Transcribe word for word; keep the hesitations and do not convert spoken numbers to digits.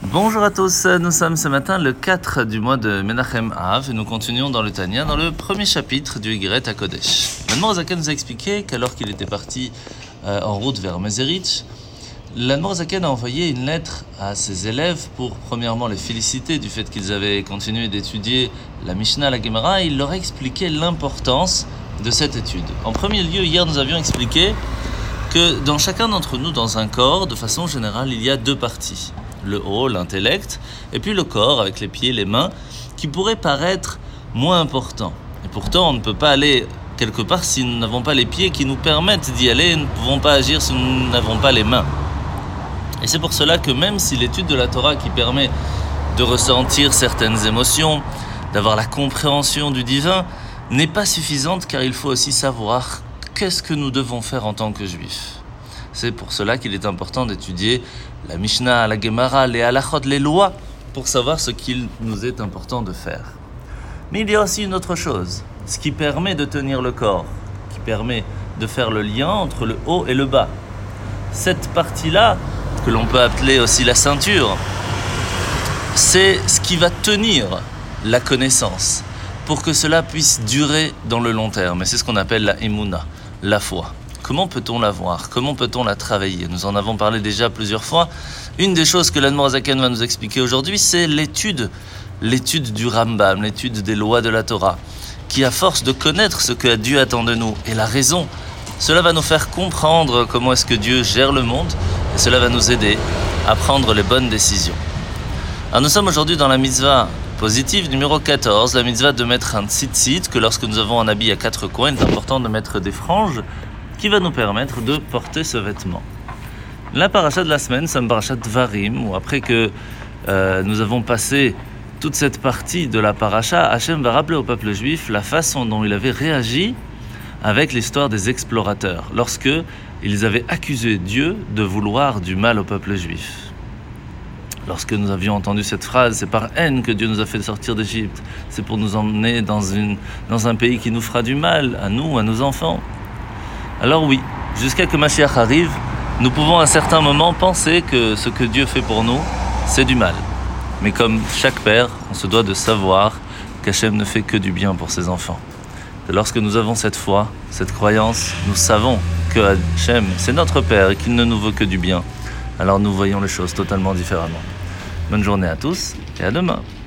Bonjour à tous, nous sommes ce matin le quatre du mois de Menachem Av et nous continuons dans le Tanya, dans le premier chapitre du Higret à Kodesh. L'Admor Zaken nous a expliqué qu'alors qu'il était parti euh, en route vers Meseritch, l'Admor Zaken a envoyé une lettre à ses élèves pour premièrement les féliciter du fait qu'ils avaient continué d'étudier la Mishnah, la Gemara, et il leur a expliqué l'importance de cette étude. En premier lieu, hier nous avions expliqué que dans chacun d'entre nous, dans un corps, de façon générale, il y a deux parties. Le haut, l'intellect, et puis le corps avec les pieds, les mains, qui pourrait paraître moins important. Et pourtant, on ne peut pas aller quelque part si nous n'avons pas les pieds qui nous permettent d'y aller, et nous ne pouvons pas agir si nous n'avons pas les mains. Et c'est pour cela que même si l'étude de la Torah qui permet de ressentir certaines émotions, d'avoir la compréhension du divin, n'est pas suffisante, car il faut aussi savoir qu'est-ce que nous devons faire en tant que juifs. C'est pour cela qu'il est important d'étudier la Mishnah, la Gemara, les halachot, les lois, pour savoir ce qu'il nous est important de faire. Mais il y a aussi une autre chose, ce qui permet de tenir le corps, qui permet de faire le lien entre le haut et le bas. Cette partie-là, que l'on peut appeler aussi la ceinture, c'est ce qui va tenir la connaissance, pour que cela puisse durer dans le long terme. Et c'est ce qu'on appelle la Emouna, la foi. Comment peut-on la voir? Comment peut-on la travailler? Nous en avons parlé déjà plusieurs fois. Une des choses que l'Admor Zaken va nous expliquer aujourd'hui, c'est l'étude, l'étude du Rambam, l'étude des lois de la Torah, qui à force de connaître ce que Dieu attend de nous et la raison, cela va nous faire comprendre comment est-ce que Dieu gère le monde et cela va nous aider à prendre les bonnes décisions. Alors nous sommes aujourd'hui dans la mitzvah positive numéro quatorze, la mitzvah de mettre un tzitzit, que lorsque nous avons un habit à quatre coins, il est important de mettre des franges qui va nous permettre de porter ce vêtement. La paracha de la semaine, c'est une paracha de Dvarim, où après que euh, nous avons passé toute cette partie de la paracha, Hachem va rappeler au peuple juif la façon dont il avait réagi avec l'histoire des explorateurs, lorsque ils avaient accusé Dieu de vouloir du mal au peuple juif. Lorsque nous avions entendu cette phrase, c'est par haine que Dieu nous a fait sortir d'Égypte, c'est pour nous emmener dans, une, dans un pays qui nous fera du mal, à nous, à nos enfants. Alors oui, jusqu'à que Mashiach arrive, nous pouvons à un certain moment penser que ce que Dieu fait pour nous, c'est du mal. Mais comme chaque père, on se doit de savoir qu'Hachem ne fait que du bien pour ses enfants. Et lorsque nous avons cette foi, cette croyance, nous savons que Hachem, c'est notre Père et qu'il ne nous veut que du bien. Alors nous voyons les choses totalement différemment. Bonne journée à tous et à demain.